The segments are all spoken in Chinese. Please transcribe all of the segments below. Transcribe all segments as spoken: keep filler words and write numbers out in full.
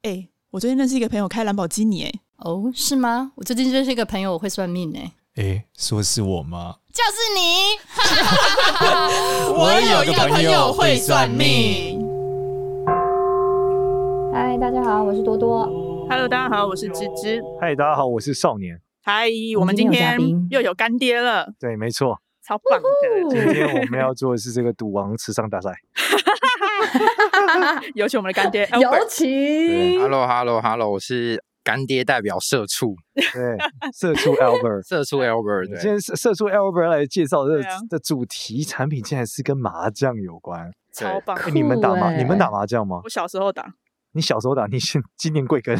哎、欸，我最近认识一个朋友开兰博基尼。哎， 哦，是吗？我最近认识一个朋友，我会算命。哎， 哎，说是我吗？ 就是你。 我有一个朋友会算命。 嗨，大家好，我是多多。 Hello， 大家好，我是芝芝。 嗨，大家好，我是少年。 嗨，我们今天又有干爹了。 对，没错， 超棒的。 今天我们要做的是这个赌王吃上大赛。 有请我们的干爹， 有请。 Hello Hello Hello， 我是干爹代表社畜， 对，社畜 Albert， 社畜 Albert。 今天社畜 Albert 来介绍的的主题产品，竟然是跟麻将有关， 超棒。 欸、你们打麻，你们打麻将吗？ 我小时候打。 你小时候打，你今年贵庚？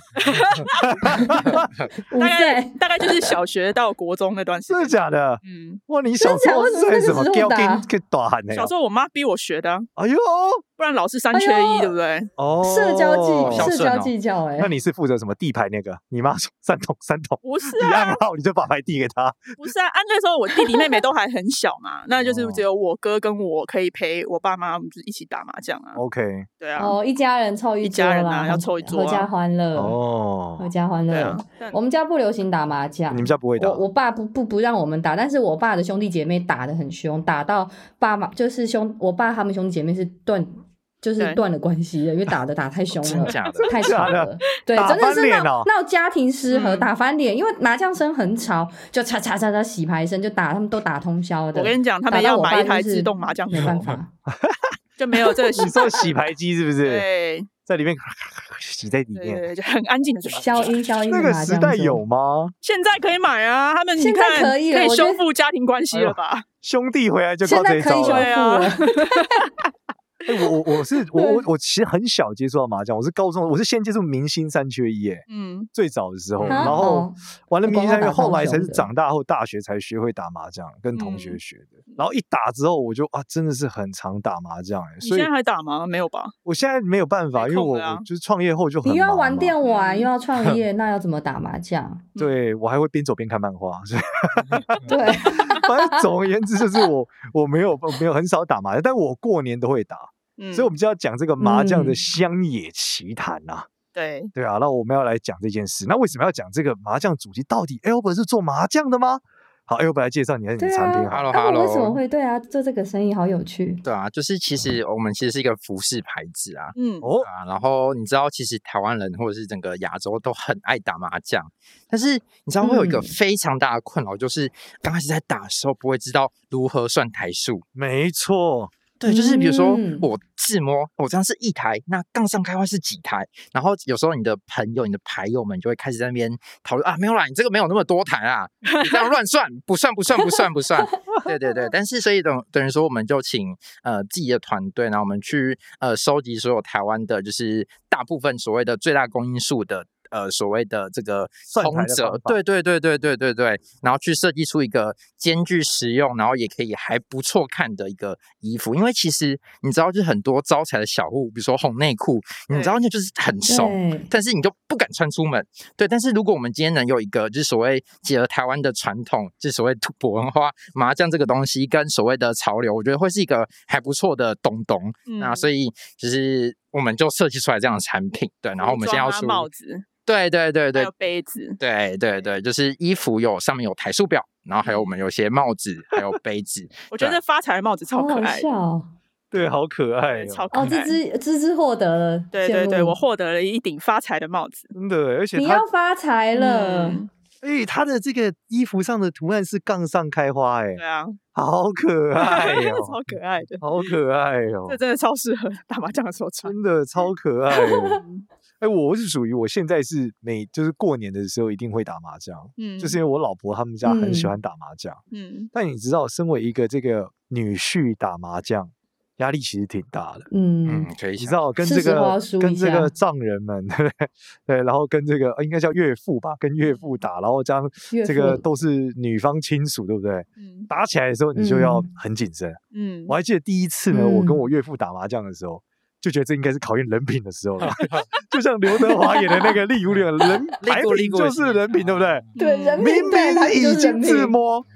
大概大概就是小学到国中那段时间。 真的假的？ 嗯， 哇，你小时候在什么标跟跟大喊呢？ 小时候我妈逼我学的、啊。哎呦， 不然老是三缺一，哎、对不对？ 哦， 社交技、 哦、 社交技巧哎、欸。 那你是负责什么地牌那个？你妈说三筒三筒， 不是啊， 你按号你就把牌递给他。 不是啊，按那时候我弟弟妹妹都还很小嘛，那就是只有我哥跟我可以陪我爸妈，我们就一起打麻将啊。 OK， 对啊， 哦，一家人凑一桌啦， 一家人啊，要凑一桌、啊， 合家欢乐哦， 合家欢乐。啊、我们家不流行打麻将， 你们家不会打？ 我我爸不不不让我们打，但是我爸的兄弟姐妹打得很凶，打到爸妈就是兄，我爸他们兄弟姐妹是断。就是断了关系了，因为打的打太凶了， 真假的太吵了，对，真的是闹闹家庭失和，嗯、打翻脸，因为麻将声很吵，就嚓嚓嚓嚓洗牌声就打，他们都打通宵的。 我跟你讲，他们要买一台自动麻将机， 没办法， 就没有这个。 你说洗牌机是不是？ 对， 在里面洗在里面， 对，就很安静的消音消音。 那个时代有吗？ 现在可以买啊，他们现在可以了， 可以修复家庭关系了吧？ 哎、兄弟回来就靠这一招了。 现在可以修复了。 欸、我我我是我我我其实很小接触到麻将，我是高中，我是先接触明星三缺一，哎，嗯，最早的时候，嗯、然后玩了明星三缺一，后来才是长大后大学才学会打麻将，跟同学学的。嗯、然后一打之后，我就啊，真的是很常打麻将，哎， 所以你现在还打吗？没有吧？ 我现在没有办法，因为我我就是创业后就很忙， 你又要玩电玩，又要创业，那要怎么打麻将？ 对，我还会边走边看漫画，所以对， 反正总而言之就是我我没有没有很少打麻将，但我过年都会打。嗯、所以我们就要讲这个麻将的乡野奇谈啊、嗯、 对对啊，那我们要来讲这件事。那为什么要讲这个麻将主题？到底 Albert 是做麻将的吗？好 Albert 来介绍你的产品。 Hello Hello， 为什么会对啊做这个生意好有趣？ 对啊，就是其实我们其实是一个服饰牌子啊， 嗯哦啊，然后你知道其实台湾人或者是整个亚洲都很爱打麻将，但是你知道会有一个非常大的困扰，嗯、就是刚开始在打的时候不会知道如何算台数。 没错。 对，就是比如说我自摸，我这样是一台，那杠上开花是几台？然后有时候你的朋友、你的牌友们就会开始在那边讨论啊，没有啦，你这个没有那么多台啊，你这样乱算，不算不算不算不算。对对对，但是所以等等于说，我们就请呃自己的团队，然后我们去呃收集所有台湾的，就是大部分所谓的最大公因数的。呃，所谓的这个通则，对对对对对对对，然后去设计出一个兼具实用，然后也可以还不错看的一个衣服。因为其实你知道，就是很多招财的小物，比如说红内裤，你知道那就是很怂，但是你就不敢穿出门。对，但是如果我们今天能有一个，就是所谓结合台湾的传统，就是所谓土博文化麻将这个东西，跟所谓的潮流，我觉得会是一个还不错的东东。嗯、那所以就是我们就设计出来这样的产品，对，然后我们现在要出帽子。 对对对对， 还有杯子， 对对对，就是衣服有上面有台数表，然后还有我们有些帽子，还有杯子。 我觉得发财的帽子超可爱的， 好好对，好可爱、哦， 超可爱。 哦，芝芝芝芝获得了， 对对对，我获得了一顶发财的帽子， 真的，而且你要发财了。 嗯哎，他的这个衣服上的图案是杠上开花，哎， 对啊， 好可爱哦， 超可爱的， 好可爱哦， 这真的超适合打麻将的时候穿， 真的超可爱的。哎，我是属于我现在是每就是过年的时候一定会打麻将，嗯，就是因为我老婆他们家很喜欢打麻将，嗯，但你知道，身为一个这个女婿打麻将。压力其实挺大的， 嗯嗯，可以， 你知道跟这个跟这个丈人们，对不对？对，然后跟这个应该叫岳父吧，跟岳父打，然后这样这个都是女方亲属，对不对？嗯，打起来的时候你就要很谨慎。嗯，我还记得第一次呢，我跟我岳父打麻将的时候，就觉得这应该是考验人品的时候了，就像刘德华演的那个力无人，人牌品就是人品，对不对？ 对，人品明明已经自摸。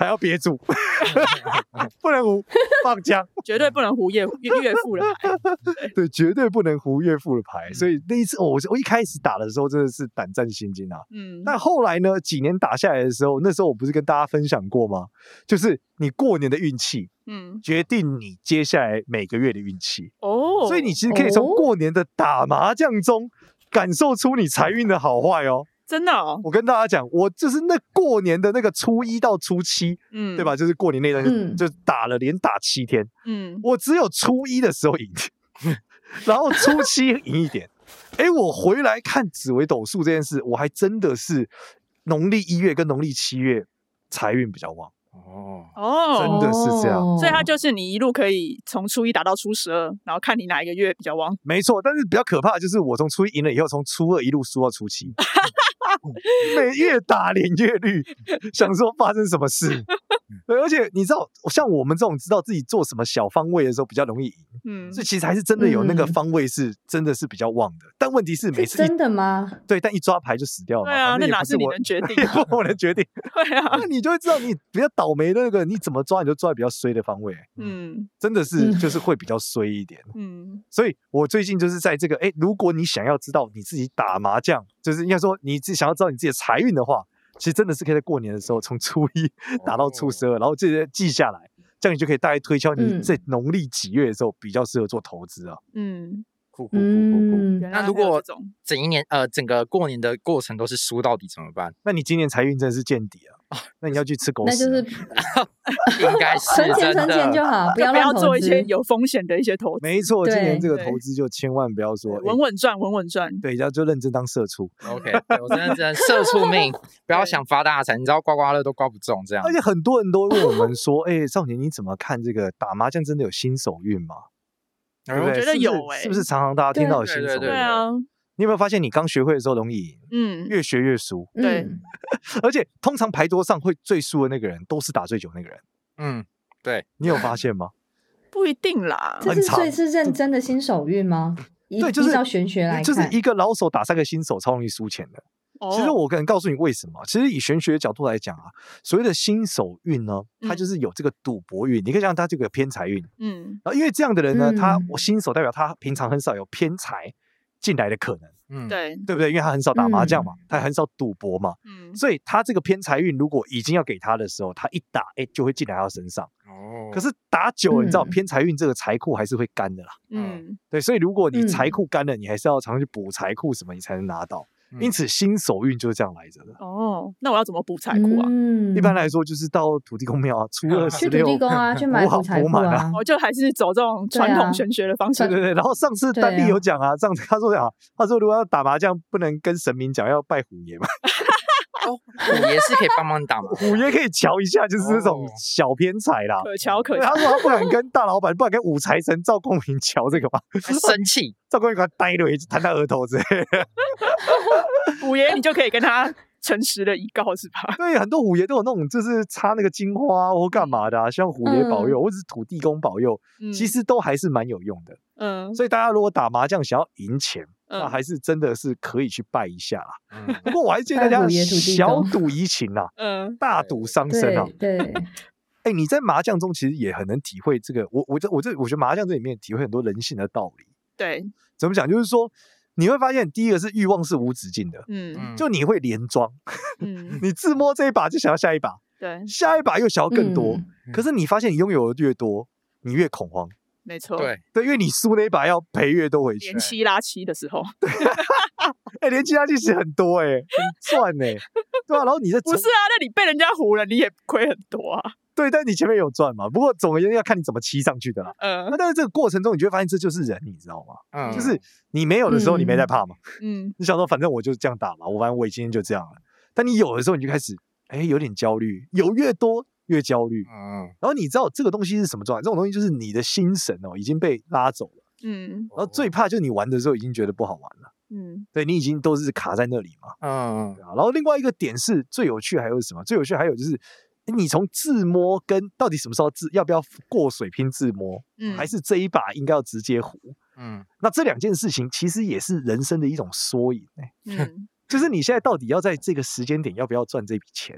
还要憋住，不能胡放枪， 绝对不能胡岳岳父的牌。 对，绝对不能胡岳父的牌。嗯、所以那一次，哦、我我一开始打的时候真的是胆战心惊啊。嗯，但后来呢，几年打下来的时候，那时候我不是跟大家分享过吗？就是你过年的运气，嗯，决定你接下来每个月的运气。哦，所以你其实可以从过年的打麻将中感受出你财运的好坏哦。 真的哦， 我跟大家讲，我就是那过年的那个初一到初七，嗯，对吧？就是过年那段就、嗯、就打了连打七天，嗯，我只有初一的时候赢，然后初七赢一点。哎，我回来看紫微斗数这件事，我还真的是农历一月跟农历七月财运比较旺。哦哦，真的是这样， 所以它就是你一路可以从初一打到初十二，然后看你哪一个月比较旺。 没错，但是比较可怕的就是我从初一赢了以后，从初二一路输到初七，每月打脸月率，想说发生什么事。对，而且你知道，像我们这种知道自己做什么小方位的时候比较容易赢，嗯，所以其实还是真的有那个方位是真的是比较旺的。但问题是每次真的吗？ 对，但一抓牌就死掉了。 对啊，那哪是你能决定的？ 也不我能决定。 对啊， 那你就会知道你比较倒霉的那个，你怎么抓你就抓比较衰的方位。嗯，真的是就是会比较衰一点。嗯，所以我最近就是在这个，哎，如果你想要知道你自己打麻将，就是应该说你自己想要知道你自己的财运的话。其实真的是可以在过年的时候从初一打到初十二，然后这些记下来，这样你就可以大概推敲你在农历几月的时候比较适合做投资啊。嗯， 酷酷酷酷酷。那如果整一年呃整个过年的过程都是输到底怎么办？ 那你今年财运真的是见底啊！那你要去吃狗屎， 那就是应该是存钱存钱就好，不要不要做一些有风险的一些投资。 没错，今年这个投资就千万不要说稳稳赚，稳稳赚。 对，然后就认真当社畜。 OK， 我真的真的社畜命，不要想发大财，你知道刮刮乐都刮不中这样。 而且很多人都问我们说，哎，少年你怎么看这个打麻将真的有新手运吗？ 我觉得有哎， 是不是常常大家听到有新手运？ 对啊。 你有没有发现，你刚学会的时候容易赢，嗯，越学越输， 对， 而且通常牌桌上会最输的那个人，都是打最久那个人， 嗯，对， 你有发现吗？ 不一定啦， 这是所以是认真的新手运吗？ 对，就是依照玄学来看， 就是一个老手打三个新手，超容易输钱的。哦、其实我可能告诉你为什么，其实以玄学的角度来讲啊，所谓的新手运呢，它就是有这个赌博运，嗯、你可以想它这个偏财运，嗯，然后因为这样的人呢，嗯、他我新手代表他平常很少有偏财进来的可能， 嗯，对， 对不对？因为他很少打麻将嘛，嗯、他很少赌博嘛，嗯，所以他这个偏财运如果已经要给他的时候，他一打，哎，就会进来他身上。哦，可是打久了，你知道、嗯、偏财运这个财库还是会干的啦，嗯，对，所以如果你财库干了，你还是要常常去补财库什么，你才能拿到。因此，新手运就是这样来着的。 哦，那我要怎么补财库啊？ 嗯、一般来说，就是到土地公庙啊，初二十六去土地公啊，去买补财库啊。 我就还是走这种传统玄学的方式。 对对对。然后上次丹弟有讲啊，上次他说啊，他说如果要打麻将，不能跟神明讲，要拜虎爷嘛。 哦，虎爷是可以帮忙打吗？ 虎爷可以瞧一下，就是那种小偏财啦， 可瞧可瞧。 他说他不敢跟大老板，不敢跟武财神赵公明瞧这个嘛， 生气。 赵公明给他呆了，一直弹他额头之类的。 虎爷，你就可以跟他诚实的以告是吧？ 对，很多虎爷都有那种就是插那个金花或干嘛的、啊，希望虎爷保佑，嗯、或者是土地公保佑，嗯、其实都还是蛮有用的。嗯，所以大家如果打麻将想要赢钱，嗯、那还是真的是可以去拜一下啦。嗯、不过我还是建议大家小赌怡情啦，嗯，大赌伤身啊。 对。对哎、欸，你在麻将中其实也很能体会这个，我我这我这我觉得麻将这里面体会很多人性的道理。 对， 怎么讲？就是说。你会发现，第一个是欲望是无止境的，嗯，就你会连庄，嗯，你自摸这一把就想要下一把， 对， 下一把又想要更多，嗯、可是你发现你拥有的越多，你越恐慌， 没错， 对对，因为你输那一把要赔越多回去， 连七拉七的时候， 对，哎、欸，连七拉七其实很多哎、欸，很赚哎、欸，对啊，然后你在不是啊，那你被人家唬了，你也亏很多啊。 对，但你前面有赚嘛？不过总而言之要看你怎么骑上去的啦。嗯，那但是这个过程中，你就会发现这就是人，你知道吗？嗯，就是你没有的时候，你没在怕嘛。嗯，你想说反正我就这样打嘛，我反正我今天就这样了。但你有的时候，你就开始哎有点焦虑，有越多越焦虑。嗯，然后你知道这个东西是什么状态？这种东西就是你的心神哦已经被拉走了。嗯，然后最怕就是你玩的时候已经觉得不好玩了。嗯，对你已经都是卡在那里嘛。嗯，然后另外一个点是最有趣还有什么？最有趣还有就是。你从自摸跟到底什么时候自要不要过水拼自摸，嗯，还是这一把应该要直接胡，嗯，那这两件事情其实也是人生的一种缩影、欸，嗯，就是你现在到底要在这个时间点要不要赚这笔钱，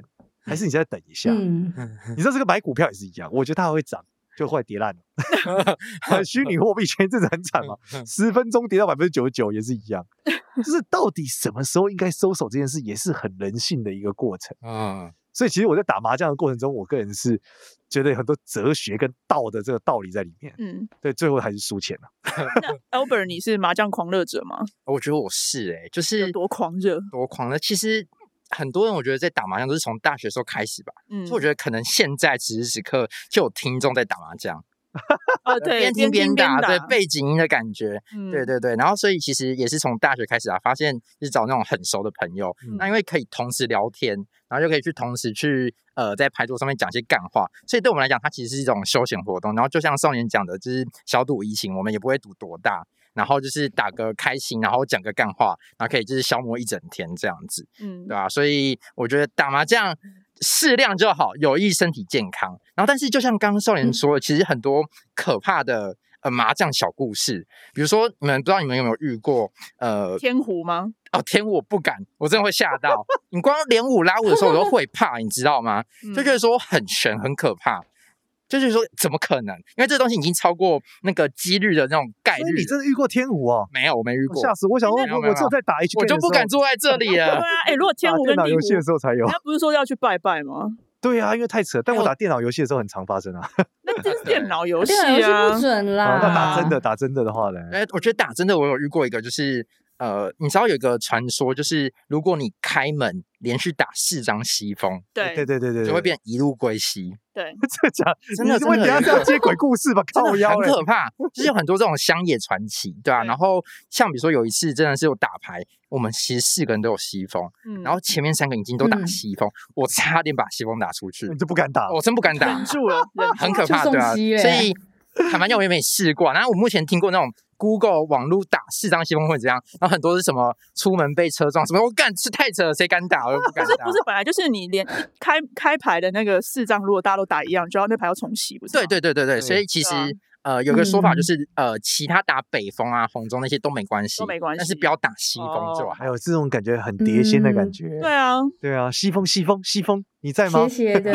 还是你再等一下？嗯，你知道这个买股票也是一样，我觉得它还会涨。就后来跌烂了，虚拟货币前一阵子很惨嘛，十分钟跌到百分之九十九也是一样。就是到底什么时候应该收手这件事，也是很人性的一个过程啊。所以其实我在打麻将的过程中，我个人是觉得有很多哲学跟道的这个道理在里面。嗯，对，最后还是输钱了。 那 Albert， 你是麻将狂热者吗？ 我觉得我是哎、欸，就是多狂热， 多狂热。其实。很多人我觉得在打麻将都是从大学时候开始吧，嗯，所以我觉得可能现在此时此刻就有听众在打麻将， 哦对， 边听边打，对背景音的感觉，嗯，对对对，然后所以其实也是从大学开始啊，发现就是找那种很熟的朋友，嗯、那因为可以同时聊天，然后就可以去同时去呃在牌桌上面讲一些干话，所以对我们来讲，它其实是一种休闲活动。然后就像少年讲的，就是小赌怡情，我们也不会赌多大。然后就是打个开心，然后讲个干话，然后可以就是消磨一整天这样子，嗯，对吧？所以我觉得打麻将适量就好，有益身体健康。然后，但是就像刚刚少年说的，嗯、其实很多可怕的呃麻将小故事，比如说你们不知道你们有没有遇过呃天胡吗？ 哦，天胡我不敢，我真的会吓到。你光连五拉五的时候我都会怕，你知道吗？就觉得说很悬，很可怕。就是说，怎么可能？因为这东西已经超过那个几率的那种概率。 所以你真的遇过天胡哦？ 没有，我没遇过。 吓死我！想说，我只有在打 H， 我就不敢坐在这里了。 对啊，哎、欸，如果天胡跟地胡， 打电脑游戏的时候才有。 他不是说要去拜拜吗？ 对啊，因为太扯。但我打电脑游戏的时候很常发生啊。 那这是电脑游戏啊， 电脑游戏不准啦。 那打真的，打真的的话呢？ 哎，我觉得打真的，我有遇过一个，就是呃，你知道有一个传说，就是如果你开门连续打四张西风， 对对对对对， 就会变一路归西。 对， 这假真的，你等下是要接鬼故事吧？ 真的很可怕，就是有很多这种乡野传奇，对啊。然后像比如说有一次真的是有打牌，我们其实四个人都有西风，嗯、然后前面三个已经都打西风，嗯、我差点把西风打出去， 你就不敢打， 我真不敢打， 忍住了， 很可怕，对啊。所以坦白讲，我也没试过。然后我目前听过那种 Google 网络打四张西风会怎样，然后很多是什么出门被车撞什么，我干是太扯了，谁敢打？我不敢打。 不是不是，本来就是你连开开牌的那个四张，如果大家都打一样，就要那牌要重洗，不是？ 对对对对对，所以其实。呃，有个说法就是，嗯、呃，其他打北风啊、红中那些都没关系， 都没关系， 但是不要打西风就好。 还有这种感觉很碟仙的感觉。 嗯、对啊， 对啊，西风西风西风，你在吗？ 斜斜的。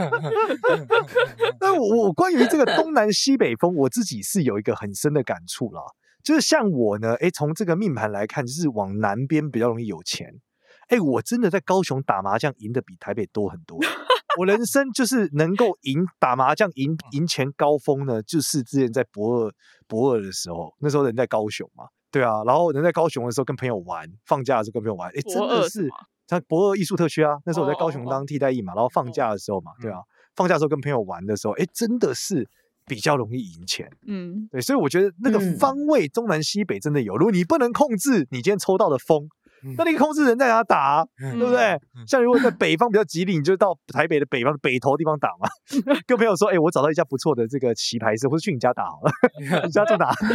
但我我关于这个东南西北风，我自己是有一个很深的感触啦。就是像我呢，哎，从这个命盘来看，就是往南边比较容易有钱。哎，我真的在高雄打麻将赢的比台北多很多。我人生就是能够赢打麻将赢赢钱高峰呢，就是之前在博二博二的时候，那时候人在高雄嘛，对啊，然后人在高雄的时候跟朋友玩，放假的时候跟朋友玩，哎，真的是像博二艺术特区啊，那时候我在高雄当替代役嘛，然后放假的时候嘛，对啊，放假的时候跟朋友玩的时候，哎，真的是比较容易赢钱，嗯，对，所以我觉得那个方位东南西北真的有，如果你不能控制你今天抽到的风。那你控制人在哪打、啊嗯、对不对、嗯、像如果在北方比较吉利，你就到台北的北方北头地方打嘛。跟朋友说哎、欸，我找到一家不错的这个棋牌室，或者去你家打好了。你家就打。透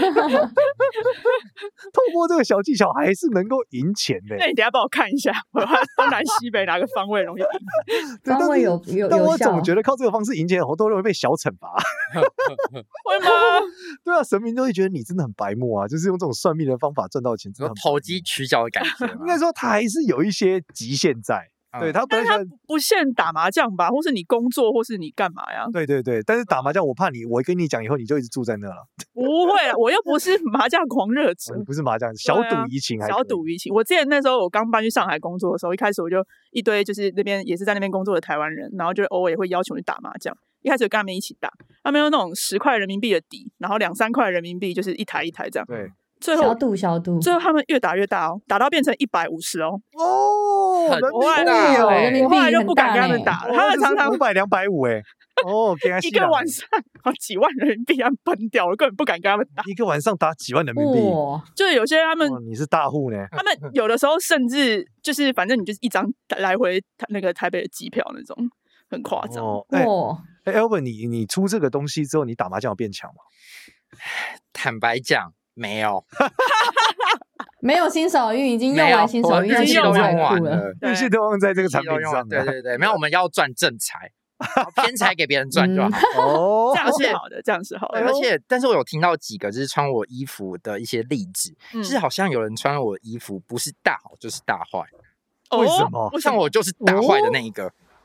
过这个小技巧还是能够赢钱的。 那你等一下帮我看一下我东南西北哪个方位容易赢。 方位有有但我总觉得靠这个方式赢钱很多人会被小惩罚。 会吗？ 对啊，神明都会觉得你真的很白目啊，就是用这种算命的方法赚到钱，真的投机取巧的感觉。 应该说他还是有一些极限在，嗯、对他本来他不限打麻将吧，或是你工作，或是你干嘛呀？ 对对对，但是打麻将我怕你，我跟你讲以后你就一直住在那了。 不会了，我又不是麻将狂热者， 哦、不是麻将，小赌怡情还， 小赌怡情。我之前那时候我刚搬去上海工作的时候，一开始我就一堆就是那边也是在那边工作的台湾人，然后就偶尔也会邀请我去打麻将。一开始就跟他们一起打，他们用那种十块人民币的底，然后两三块人民币就是一台一台这样。 对。 最后小赌小赌， 最后他们越打越大哦，打到变成一百五十哦。 哦， 很大哦，人民币后来就不敢跟他们打了，他们常常五百两百五哎。哦， 一个晚上好几万人民币，他们崩掉了，根本不敢跟他们打。 一个晚上打几万人民币， 哦、就是有些他们、 哦，你是大户呢。 他们有的时候甚至就是反正你就是一张来回那个台北的机票那种，很夸张哦。 哎、欸、Albert， 你你出这个东西之后，你打麻将有变强吗？ 坦白讲。没有， 没有新手运，已经用完新手运， 运气都用完了， 运气都用在这个产品上。 对对对，没有，我们要赚正财，偏财给别人赚就好。 哦，这样是好的，这样是好的。 而且，但是我有听到几个就是穿我衣服的一些例子，嗯、就是好像有人穿我衣服不是大好就是大坏。 为什么？ 像我就是大坏的那一个。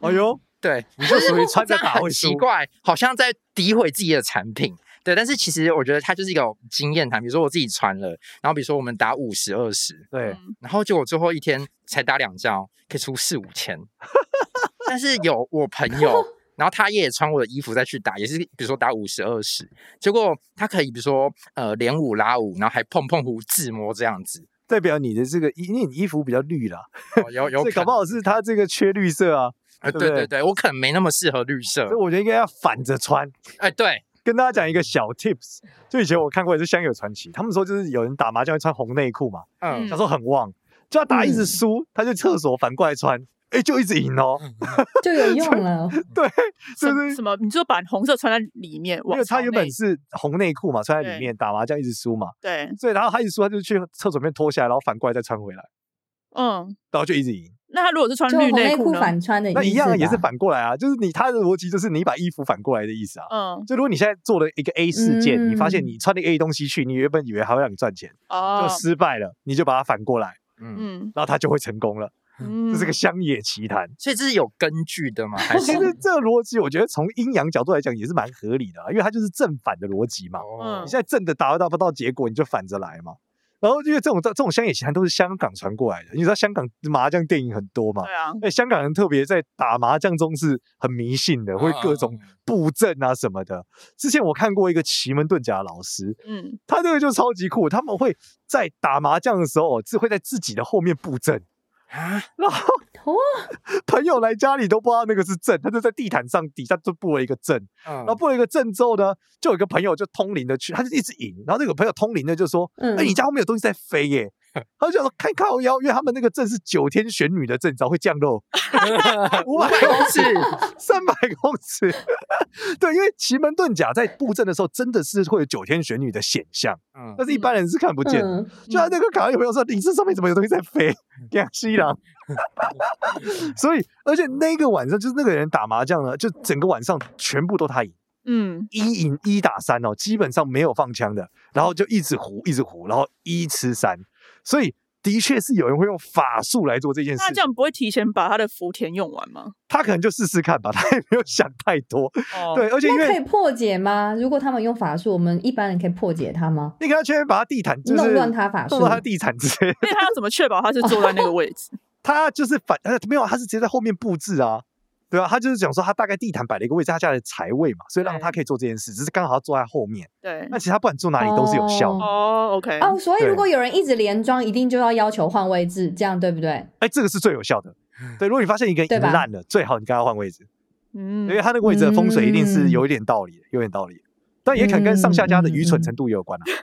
哎呦， 对， 你就属于穿着打会输，奇怪，好像在诋毁自己的产品。对，但是其实我觉得它就是一个经验谈。比如说我自己穿了，然后比如说我们打五十、二十， 对， 然后结果最后一天才打两架，可以出四五千。但是有我朋友，然后他也穿我的衣服再去打，也是比如说打五十、二十，结果他可以比如说呃连五拉五，然后还碰碰胡自摸这样子， 代表你的这个因为你衣服比较绿啦， 哦、有有所以搞不好是他这个缺绿色啊。 呃、对, 对对对，我可能没那么适合绿色， 所以我觉得应该要反着穿。 哎，对。 跟大家讲一个小 tips， 就以前我看过也是乡友传奇，他们说就是有人打麻将会穿红内裤嘛，嗯，他说很旺，就要打一直输，嗯、他就厕所反过来穿，哎、欸，就一直赢哦， 就有用了。 对，是不是？ 什么？你就把红色穿在里面， 因为他原本是红内裤嘛，穿在里面打麻将一直输嘛， 对， 所以然后他一直输，他就去厕所里面脱下来，然后反过来再穿回来，嗯，然后就一直赢。 那他如果是穿绿内裤呢？ 反穿的意思， 那一样也是反过来啊，就是你他的逻辑就是你把衣服反过来的意思啊。嗯，就如果你现在做了一个 A 事件，嗯、你发现你穿那个 A 东西去，你原本以为还会让你赚钱，哦，就失败了，你就把它反过来，嗯，然后他就会成功了。嗯，这是个乡野奇谈， 所以这是有根据的吗？还是其实这个逻辑，我觉得从阴阳角度来讲也是蛮合理的、啊，因为它就是正反的逻辑嘛。嗯，你现在正的达不到结果，你就反着来嘛。然后因为这种这种乡野奇谈都是香港传过来的，你知道香港麻将电影很多嘛？ 对啊， 哎，香港人特别在打麻将中是很迷信的，会各种布阵啊什么的。之前我看过一个奇门遁甲的老师，嗯，他这个就超级酷，他们会在打麻将的时候，是会在自己的后面布阵。啊，然后哦，朋友来家里都不知道那个是阵，他就在地毯上底下就布了一个阵，嗯、然后布了一个阵之后呢，就有一个朋友就通灵的去，他就一直赢，然后这个朋友通灵的就说：“哎、嗯欸，你家后面有东西在飞耶！”他就想说看靠腰，因为他们那个阵是九天玄女的阵，你知道会降肉五百公尺、三百公尺。对，因为奇门遁甲在布阵的时候，真的是会有九天玄女的显像，嗯，但是一般人是看不见的。嗯、就他那个卡有朋友说：“你这上面怎么有东西在飞？”给西郎。所以，而且那个晚上就是那个人打麻将呢，就整个晚上全部都他赢。嗯，一赢一打三哦，基本上没有放枪的，然后就一直胡一直胡，然后一吃三，所以的确是有人会用法术来做这件事。 那这样不会提前把他的福田用完吗？ 他可能就试试看吧，他也没有想太多。哦、对，而且因为可以破解吗？如果他们用法术，我们一般人可以破解它吗？ 你给他确认把他地毯就是弄乱他法术， 弄乱他地毯之类的。 那他要怎么确保他是坐在那个位置？ 他就是反呃没有，他是直接在后面布置啊。对啊，他就是讲说他大概地毯摆了一个位置，他家的财位嘛，所以让他可以做这件事，只是刚好坐在后面。 对， 那其实他不管坐哪里都是有效的。 哦 ，OK。 哦，所以如果有人一直连庄，一定就要要求换位置，这样对不对？ 哎，这个是最有效的。对，如果你发现一个人赢烂了，最好你跟他换位置。嗯，因为他那个位置的风水一定是有一点道理的，有点道理。但也可能跟上下家的愚蠢程度也有关啊。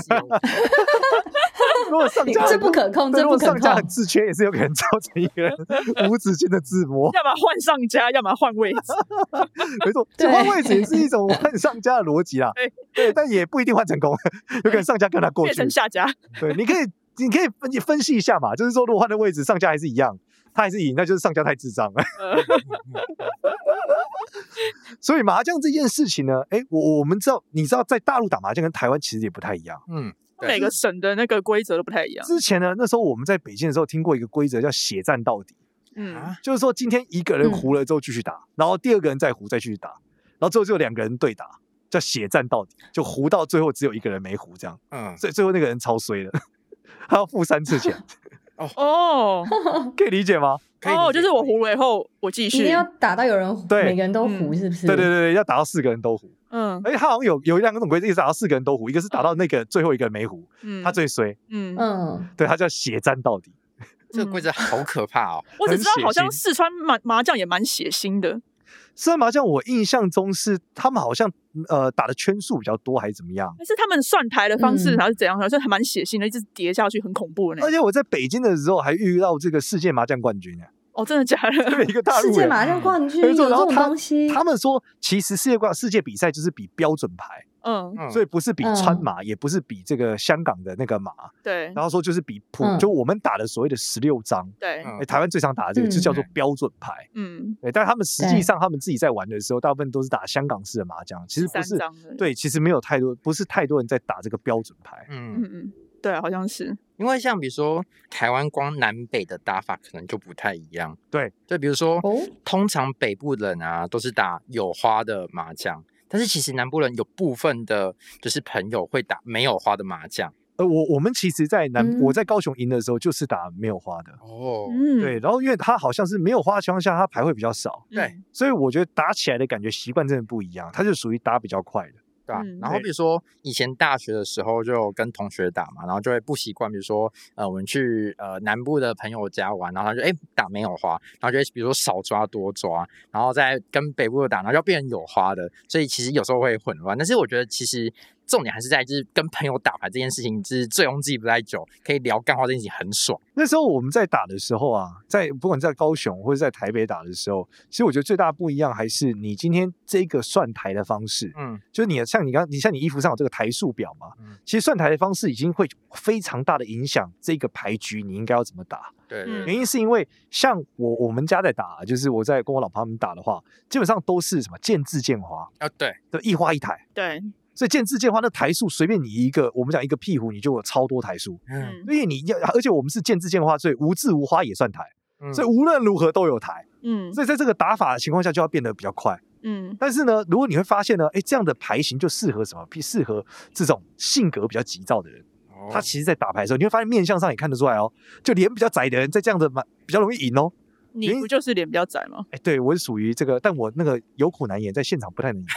如果上家这不可控，这不可控。 如果上家很自缺，也是有可能造成一个人无止境的自摸。 要么换上家，要么换位置。 没错，换位置也是一种换上家的逻辑啦。对，但也不一定换成功，有可能上家跟他过去变成下家。 对，你可以，你可以分分析一下嘛，就是说，如果换的位置，上家还是一样，他还是赢，那就是上家太智障了。所以麻将这件事情呢，哎，我我们知道，你知道，在大陆打麻将跟台湾其实也不太一样。嗯。 每个省的那个规则都不太一样。 之前呢，那时候我们在北京的时候听过一个规则叫血战到底。嗯，就是说今天一个人胡了之后继续打，嗯、然后第二个人再胡再继续打，然后最后就有两个人对打，叫血战到底，就胡到最后只有一个人没胡这样。嗯，所以最后那个人超衰的，他要付三次钱。哦，可以理解吗？ 哦，就是我胡了以后，我继续。 一定要打到有人胡，每个人都胡，是不是？ 对对对，要打到四个人都胡。嗯，而且他好像有有两种规则，一个是打到四个人都胡，一个是打到那个最后一个人没胡，嗯，他最衰。嗯嗯，对，他叫血战到底。 这个规则好可怕哦！ 我只知道好像四川麻麻将也蛮血腥的。 四川麻将我印象中是他们好像呃打的圈数比较多，还是怎么样？ 还是他们算牌的方式还是怎样？好像还蛮血腥的，一直叠下去，很恐怖的那。 而且我在北京的时候还遇到这个世界麻将冠军呢。 哦，真的假的？ 对，一个大陆人世界麻将冠军有这种东西。 他们说，其实世界冠世界比赛就是比标准牌，嗯，所以不是比川麻，嗯、也不是比这个香港的那个麻， 对。 然后说就是比普，嗯、就我们打的所谓的十六张， 对、 欸。台湾最常打的这个就叫做标准牌，嗯，对。但他们实际上他们自己在玩的时候，大部分都是打香港式的麻将，其实不是，对，其实没有太多，不是太多人在打这个标准牌， 嗯嗯嗯。对，好像是。 因为像比如说台湾光南北的打法可能就不太一样。 对， 就比如说、 哦、 通常北部人啊都是打有花的麻将，但是其实南部人有部分的就是朋友会打没有花的麻将。 呃，我我们其实在南、嗯、我在高雄赢的时候就是打没有花的哦， 对，然后因为他好像是没有花的情况下，他牌会比较少， 对， 所以我觉得打起来的感觉习惯真的不一样，他就属于打比较快的。 对啊、嗯，然后比如说以前大学的时候就跟同学打嘛，然后就会不习惯，比如说呃我们去呃南部的朋友家玩，然后他就哎打没有花，然后就会比如说少抓多抓，然后再跟北部的打，然后就变成有花的，所以其实有时候会混乱。但是我觉得其实重点还是在就是跟朋友打牌这件事情，就是醉翁之意不在酒，可以聊干话这件事情很爽。 那时候我们在打的时候啊，在不管在高雄或者在台北打的时候，其实我觉得最大不一样还是你今天这个算台的方式，嗯，就是你像你刚你像你衣服上有这个台数表嘛，嗯，其实算台的方式已经会非常大的影响这个牌局你应该要怎么打。 对，对， 原因是因为像我我们家在打，就是我在跟我老婆他们打的话，基本上都是什么见字见花啊，对， 对，一花一台， 对。 所以见字见花，那台数随便你一个，我们讲一个屁股，你就有超多台数。嗯，因为你要，而且我们是见字见花，所以无字无花也算台，嗯，所以无论如何都有台。嗯，所以在这个打法的情况下，就要变得比较快。嗯，但是呢，如果你会发现呢，哎，这样的牌型就适合什么？适合这种性格比较急躁的人。哦，他其实在打牌的时候，你会发现面相上也看得出来哦，就脸比较窄的人，在这样的比较容易赢哦。 你不就是脸比较窄吗？ 哎，对，我是属于这个，但我那个有苦难言，在现场不太能赢。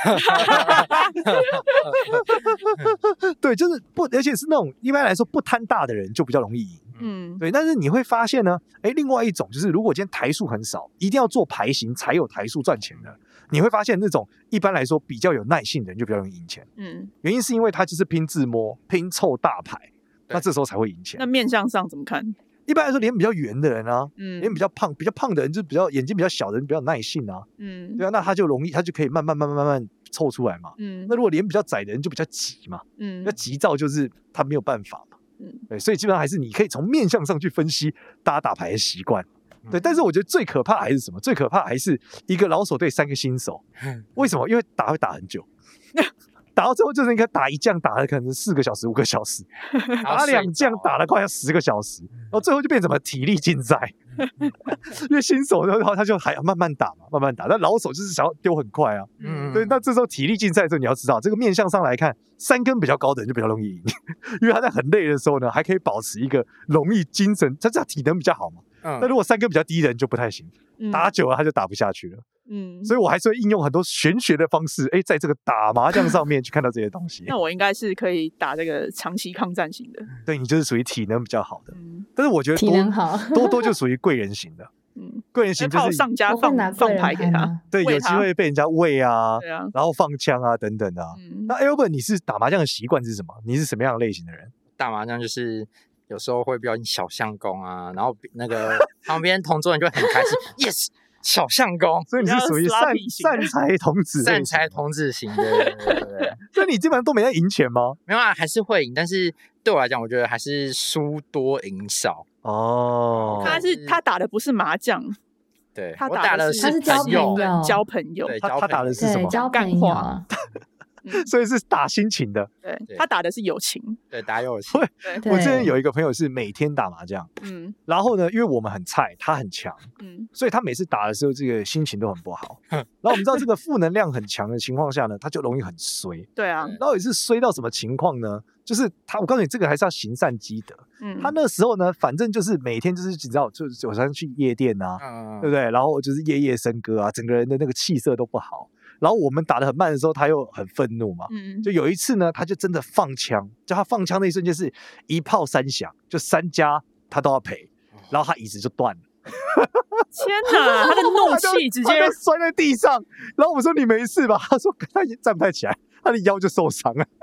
对，就是不，而且是那种一般来说不贪大的人就比较容易赢。嗯，对。但是你会发现呢，哎，另外一种就是，如果今天台数很少，一定要做牌型才有台数赚钱的，你会发现那种一般来说比较有耐性的人就比较容易赢钱。嗯，原因是因为他就是拼自摸、拼凑大牌，那这时候才会赢钱。 那面相上怎么看？ 一般来说，脸比较圆的人啊，嗯，脸比较胖、比较胖的人，就是比较眼睛比较小的人，比较耐性啊，嗯，对啊，那他就容易，他就可以慢慢、慢慢、慢慢凑出来嘛，嗯。那如果脸比较窄的人，就比较急嘛，嗯，那急躁就是他没有办法嘛，嗯，对，所以基本上还是你可以从面相上去分析大家打牌的习惯，对。但是我觉得最可怕还是什么？最可怕还是一个老手对三个新手，为什么？因为打会打很久。打到最後就是应该打一将打了可能四个小时五个小时，打两将打了快要十个小时，然后最后就变成什么体力竞赛。因为新手然后他就还要慢慢打嘛，慢慢打，但老手就是想要丢很快啊。嗯，对，那这时候体力竞赛的时候，你要知道这个面向上来看，三根比较高的人就比较容易赢，因为他在很累的时候呢，还可以保持一个容易精神，他这样体能比较好嘛。嗯，那如果三根比较低的人就不太行，打久了他就打不下去了。嗯，所以我还是会应用很多玄学的方式，哎，在这个打麻将上面去看到这些东西。 那我应该是可以打这个长期抗战型的。 对，你就是属于体能比较好的。嗯，但是我觉得多体能好多多就属于贵人型的。嗯，贵人型就是靠上家放放牌给他， 对，有机会被人家喂啊， 对啊， 然后放枪啊等等的啊。嗯，那 Albert 你是打麻将的习惯是什么？你是什么样类型的人？ 打麻将就是有时候会表演小相公啊，然后那个旁边同桌人就会很开心，yes。小相公， 所以你是属于善善财童子， 善财童子型的，对对对。 所以你基本上都没在赢钱吗？ 没有啊，还是会赢，但是对我来讲，我觉得还是输多赢少。 哦， 他是他打的不是麻将， 对， 他打的是交朋友， 交朋友。 他他打的是什么？ 交干话。 所以是打心情的， 对，他打的是友情， 对，打友情。 我之前有一个朋友是每天打麻将，嗯，然后呢，因为我们很菜，他很强，嗯，所以他每次打的时候，这个心情都很不好。然后我们知道这个负能量很强的情况下呢，他就容易很衰。 对啊， 然后也是衰到什么情况呢？就是他，我告诉你，这个还是要行善积德。嗯，他那时候呢，反正就是每天就是你知道，就是有时候去夜店啊，嗯、对不对？然后就是夜夜笙歌啊，整个人的那个气色都不好。然后我们打得很慢的时候，他又很愤怒嘛。嗯，就有一次呢，他就真的放枪，就他放枪那一瞬间是一炮三响，就三家他都要赔，然后他椅子就断了。 天哪！他的怒气直接摔在地上。然后我说你没事吧？他说他也站不太起来，他的腰就受伤了。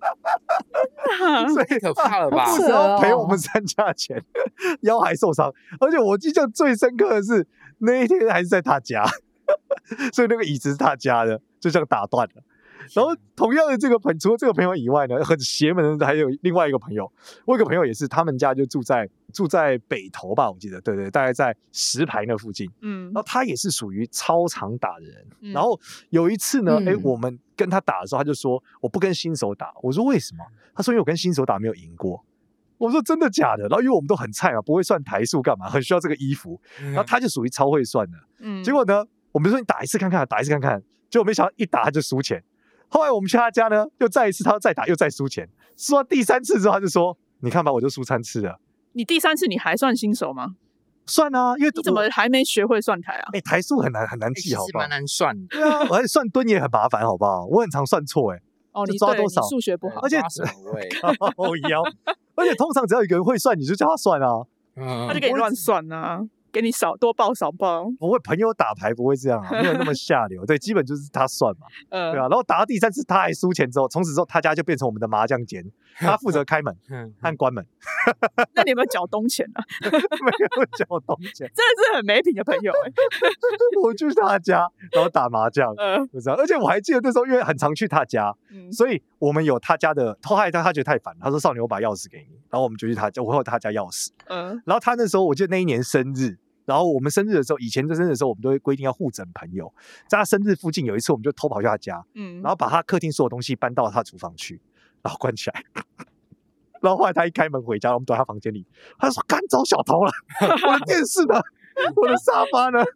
所以可怕了吧？ 不只要赔我们三家钱，腰还受伤。而且我印象最深刻的是那一天还是在他家。所以那个椅子是他家的，就这样打断了。然后同样的这个朋除了这个朋友以外呢，很邪门的还有另外一个朋友。我有一个朋友也是，他们家就住在住在北投吧，我记得，对对，大概在石牌那附近。嗯，然后他也是属于超常打的人。嗯、然后有一次呢，哎、嗯，我们跟他打的时候，他就说我不跟新手打。我说为什么？他说因为我跟新手打没有赢过。 我说真的假的？然后因为我们都很菜嘛，不会算台数干嘛，很需要这个衣服。然后他就属于超会算的。嗯，结果呢，我们说你打一次看看，打一次看看，结果没想到一打他就输钱。后来我们去他家呢，又再一次，他再打又再输钱。输到第三次之后，他就说：“你看吧，我就输三次了。” 你第三次你还算新手吗？ 算啊，因为你怎么还没学会算台啊？ 哎、欸，台数很难很难记，好不好？ 蛮难算的。 对啊，而且算吨也很麻烦，好不好？我很常算错，哎。 哦，你抓多少？ 数学不好， 而且靠腰，而且通常只要有一个人会算，你就叫他算啊， 嗯、他就给你乱算啊。给你少多报少报， 不会，朋友打牌不会这样啊，没有那么下流。对，基本就是他算嘛，呃、对啊。然后打到第三次他还输钱之后，从此之后他家就变成我们的麻将间，他负责开门和关门。 那你有没有缴东钱啊？ 没有缴东钱， 真的是很没品的朋友哎、欸。 我去他家，然后打麻将，呃、不知道。而且我还记得那时候，因为很常去他家，嗯、所以我们有他家的。后来他他觉得太烦，他说：“少年，我把钥匙给你。”然后我们就去他家，我有他家钥匙。嗯、呃。然后他那时候，我记得那一年生日。然后我们生日的时候，以前生日的时候，我们都会规定要互整朋友。在他生日附近，有一次我们就偷跑去他家，嗯，然后把他客厅所有东西搬到他厨房去，然后关起来。然后后来他一开门回家，我们躲在他房间里，他就说：“干走小偷了，我的电视呢？我的沙发呢？”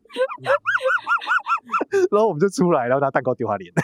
然后我们就出来，然后拿蛋糕丢他脸。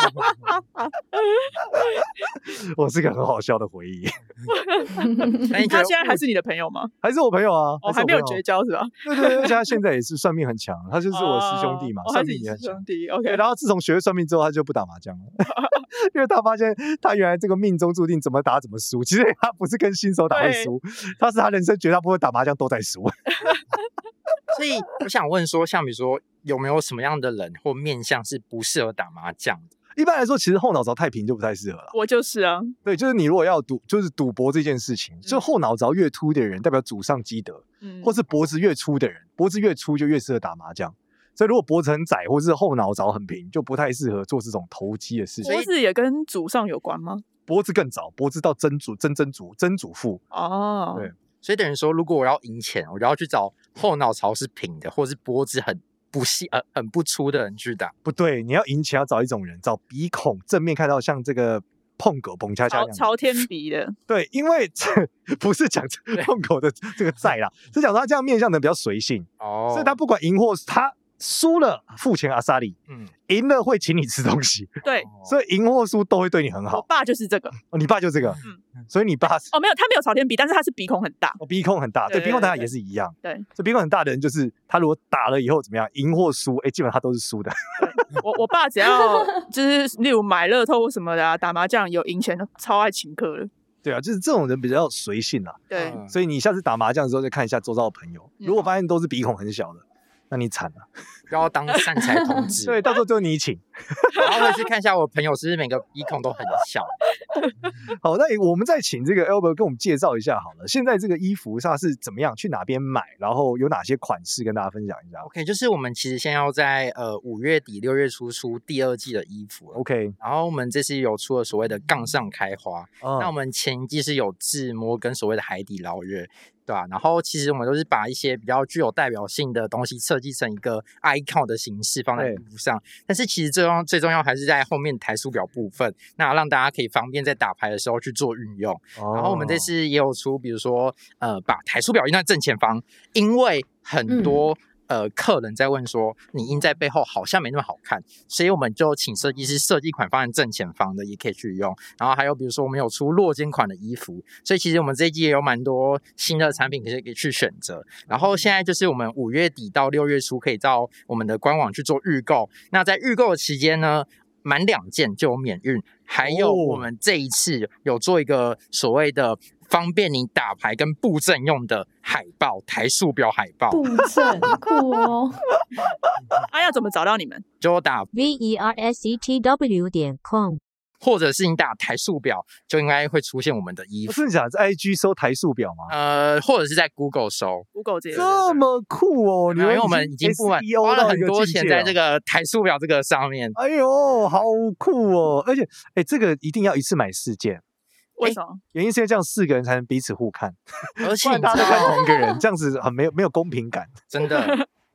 我是个很好笑的回忆。 他现在还是你的朋友吗？ 还是我朋友啊， 我、哦、还没有绝交是吧？ 对对，而且他现在也是算命很强，他就是我师兄弟嘛， 哦、 算命也很强。 兄弟 OK。 然后自从学会算命之后，他就不打麻将了，因为他发现他原来这个命中注定怎么打怎么输。其实他不是跟新手打会输，他是他人生绝大部分打麻将都在输。 所以我想问说，像比如说有没有什么样的人或面相是不适合打麻将的？ 一般来说，其实后脑勺太平就不太适合了。 我就是啊，对， 就是你如果要赌，就是赌博这件事情，嗯、就后脑勺越凸的人，代表祖上积德，嗯，或是脖子越粗的人，脖子越粗就越适合打麻将。所以如果脖子很窄，或是后脑勺很平，就不太适合做这种投机的事情。 脖子也跟祖上有关吗？ 脖子更早，脖子到曾祖、曾曾祖、曾祖父。 哦， 对。 所以等于说，如果我要赢钱，我就要去找后脑勺是平的，或是脖子很不细、呃很不粗的人去打。 不对，你要赢钱要找一种人，找鼻孔正面看到像这个碰狗蹦恰恰一样朝天鼻的。 对，因为这不是讲碰狗的这个在啦，是讲说他这样面相的比较随性哦，所以他不管赢或他输了付钱阿萨里，嗯，赢了会请你吃东西， 对， 所以赢或输都会对你很好。 我爸就是这个， 哦，你爸就这个，嗯，所以你爸哦没有，他没有朝天鼻，但是他是鼻孔很大， 哦，鼻孔很大，对，鼻孔大也是一样， 对， 所以鼻孔很大的人就是他如果打了以后怎么样，赢或输，哎，基本上他都是输的。 我我爸只要就是例如买乐透什么的啊，打麻将有赢钱，超爱请客的。 对啊，就是这种人比较随性啦， 对， 所以你下次打麻将的时候再看一下周遭的朋友，如果发现都是鼻孔很小的。那你惨了， 不要当善财童子。 对，到时候就你请。 然后回去看一下我朋友是不是每个鼻孔都很小。 好，那我们再请这个 Albert 跟我们介绍一下好了。现在这个衣服它是怎么样？去哪边买？然后有哪些款式跟大家分享一下 ？OK， 就是我们其实先要在呃五月底六月初出第二季的衣服 ，OK。 然后我们这次有出了所谓的杠上开花，哦、那我们前一季是有自摸跟所谓的海底捞月。对吧、啊？然后其实我们都是把一些比较具有代表性的东西设计成一个 icon 的形式放在衣服上，但是其实最重要最重要还是在后面台数表部分，那让大家可以方便在打牌的时候去做运用。哦、然后我们这次也有出，比如说呃，把台数表印在正前方，因为很多、嗯。呃，客人在问说，你印在背后好像没那么好看，所以我们就请设计师设计款放在正前方的，也可以去用。然后还有比如说我们有出落肩款的衣服，所以其实我们这一季也有蛮多新的产品可以可以去选择。然后现在就是我们五月底到六月初可以到我们的官网去做预购。那在预购的期间呢，满两件就有免运，还有我们这一次有做一个所谓的方便你打牌跟布阵用的海报，台数表海报。 布阵酷哦！ 啊，要怎么找到你们？ 就打 v e r s e t w 点 com， 或者是你打台数表，就应该会出现我们的衣服。 真的假的？在 I G 搜台数表吗？ 呃，或者是在 Google 搜 ，Google 这这么酷哦！ 因为我们已经不满花了很多钱在这个台数表这个上面。 哎呦，好酷哦！而且，哎，这个一定要一次买四件。 为什么？ 原因是因为这样四个人才能彼此互看， 而且大家都看同一个人，这样子很没有没有公平感， 真的。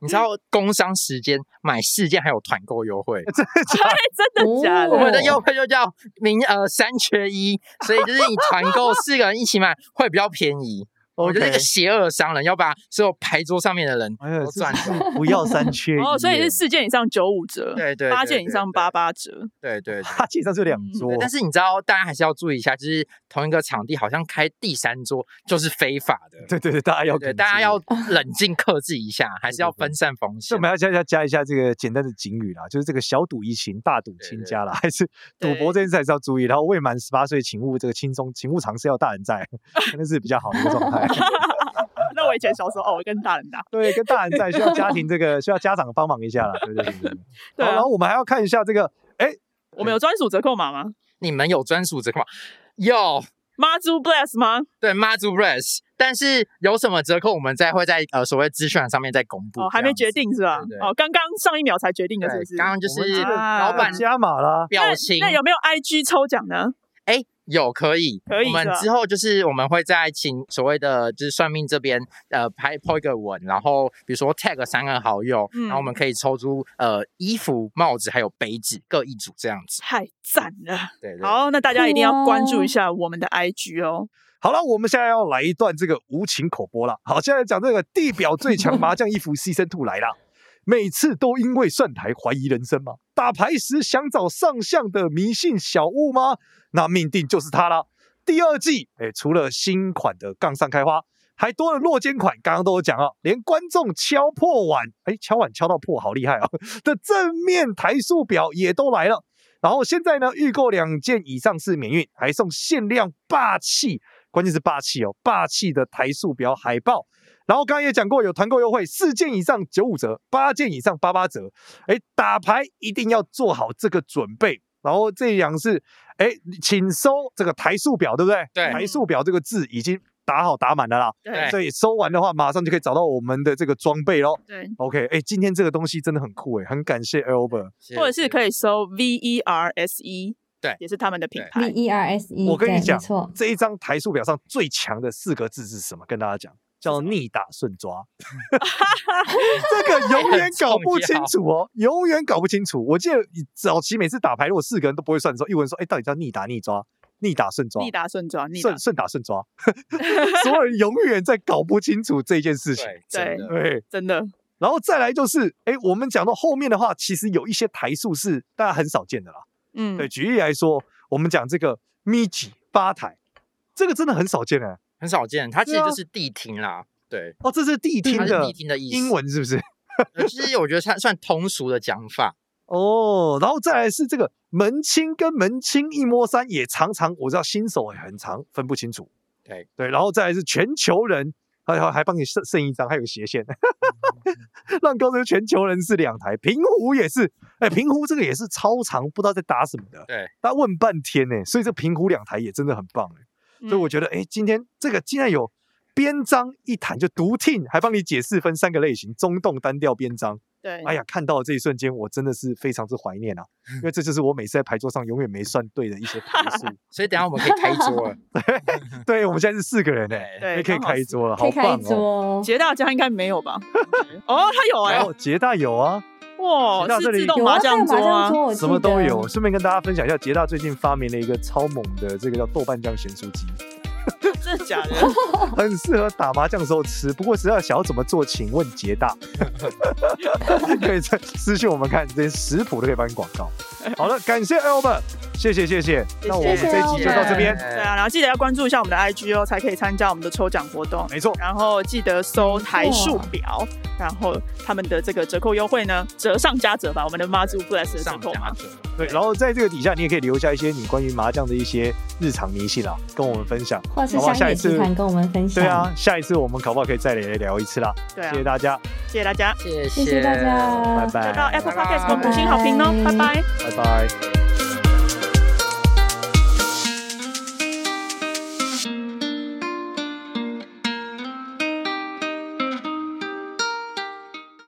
你知道工商时间买四件还有团购优惠， 真的假的？ 真的假的？ 我们的优惠就叫名呃三缺一，所以就是你团购四个人一起买会比较便宜。我就是一个邪恶的商人，要把所有牌桌上面的人都赚走， 不要三缺一哦，所以是四件以上九五折， 对对， 八件以上八八折， 对对， 八件以上就两桌。 但是你知道，大家还是要注意一下，就是同一个场地好像开第三桌就是非法的。 对对对，大家要对，大家要冷静克制一下，还是要分散风险。 所以我们要加加加一下这个简单的警语啦，就是这个小赌怡情，大赌亲家啦，还是赌博这件事还是要注意。然后未满十八岁，请勿这个轻松，请勿尝试要大人在，那是比较好的一个状态。 那我以前小时候哦，我跟大人打， 对，跟大人在需要家庭这个需要家长帮忙一下啦，对对对对。对啊、然后我们还要看一下这个，哎， 我们有专属折扣码吗？ 你们有专属折扣码？有。 妈祖 bless 吗？ 对，妈祖 bless， 但是有什么折扣，我们再会在呃所谓资讯栏上面再公布。 哦，还没决定是吧？对对哦，刚刚上一秒才决定的，是不是？ 刚刚就是老板加码啦， 表情那。那有没有 I G 抽奖呢？ 哎，有可以， 可以。 我们之后就是我们会再请所谓的就是算命这边呃拍 po 一个文，然后比如说 tag 三个好友，嗯、然后我们可以抽出呃衣服、帽子还有杯子各一组这样子。 太赞了！ 对, 对， 好，那大家一定要关注一下我们的 I G 哦。 好了，我们现在要来一段这个无情口播了。好，现在讲这个地表最强麻将衣服 Season 二来了。每次都因为算台怀疑人生吗？打牌时想找上相的迷信小物吗？那命定就是它啦。第二季，欸、除了新款的杠上开花，还多了落肩款，刚刚都有讲啊，连观众敲破碗，哎、欸，敲碗敲到破，好厉害啊！的正面台数表也都来了。然后现在呢，预购两件以上是免运，还送限量霸气，关键是霸气哦，霸气的台数表海报。然后刚刚也讲过，有团购优惠，四件以上九五折，八件以上八八折。哎，打牌一定要做好这个准备。然后这样是，哎，请收这个台数表，对不对？ 对， 台数表这个字已经打好打满了啦。 对， 所以收完的话，马上就可以找到我们的这个装备咯。 对 ，OK， 哎，今天这个东西真的很酷哎，很感谢 Albert， 或者是可以搜 V E R S E。 对， 也是他们的品牌 V E R S E。 我跟你讲，这一张台数表上最强的四个字是什么？跟大家讲，叫逆打顺抓。这个永远搞不清楚哦，永远搞不清楚。我记得早期每次打牌，如果四个人都不会算的时候，一问说，哎，到底叫逆打逆抓？逆打顺抓， 逆打顺抓， 顺顺打顺抓，所有人永远在搞不清楚这件事情。 对对， 真的。 然后再来就是，哎，我们讲到后面的话，其实有一些台数是大家很少见的啦。嗯，对，举例来说，我们讲这个 Miji 吧台，这个真的很少见哎， 很少见，它其实就是地厅啦。对， 哦，这是地厅的地厅的意思， 英文是不是？ 其实我觉得它算通俗的讲法。 哦，然后再来是这个门清跟门清一摸三，也常常我知道新手也很常分不清楚。 对对，然后再来是全球人，还还帮你剩剩一张，还有斜线，让高中全球人是两台，平湖也是，哎，平湖这个也是超长，不知道在打什么的。 对， 他问半天呢，所以这平湖两台也真的很棒哎，嗯、所以我觉得哎，今天这个竟然有边章一弹就独听，还帮你解释分三个类型：中动、单调、边章。 对， 哎呀，看到的这一瞬间，我真的是非常之怀念啊，因为这就是我每次在牌桌上永远没算对的一些台数。 所以等一下我们可以开桌了。 对，我们现在是四个人哎，对，可以开桌了，好棒哦！ 捷大家应该没有吧？哦，他有哎、 欸，捷大有啊。 哇，是自动麻将桌啊， 什么都有。顺便跟大家分享一下，捷大最近发明了一个超猛的这个叫豆瓣酱咸酥鸡。 真的假的？ 很适合打麻将的时候吃，不过实在想要怎么做，请问捷大。可以在私讯我们看，这些食谱都可以帮你广告。好了，感谢 Albert， 谢谢谢谢。那我们这一集就到这边。 对啊，然后记得要关注一下我们的 I G 哦，才可以参加我们的抽奖活动。 没错。 然后记得搜台数表，然后他们的这个折扣优惠呢，折上加折吧，我们的妈祖 Plus 的折扣码。 对，然后在这个底下，你也可以留下一些你关于麻将的一些日常迷信啦，跟我们分享。 或是商业集团跟我们分享。 对啊，下一次我们搞不好可以再来聊一次啦。 对啊， 谢谢大家， 谢谢大家， 谢谢谢大家， 拜拜。 到 Apple Podcast 给我们五星好评哦，拜拜， 拜拜。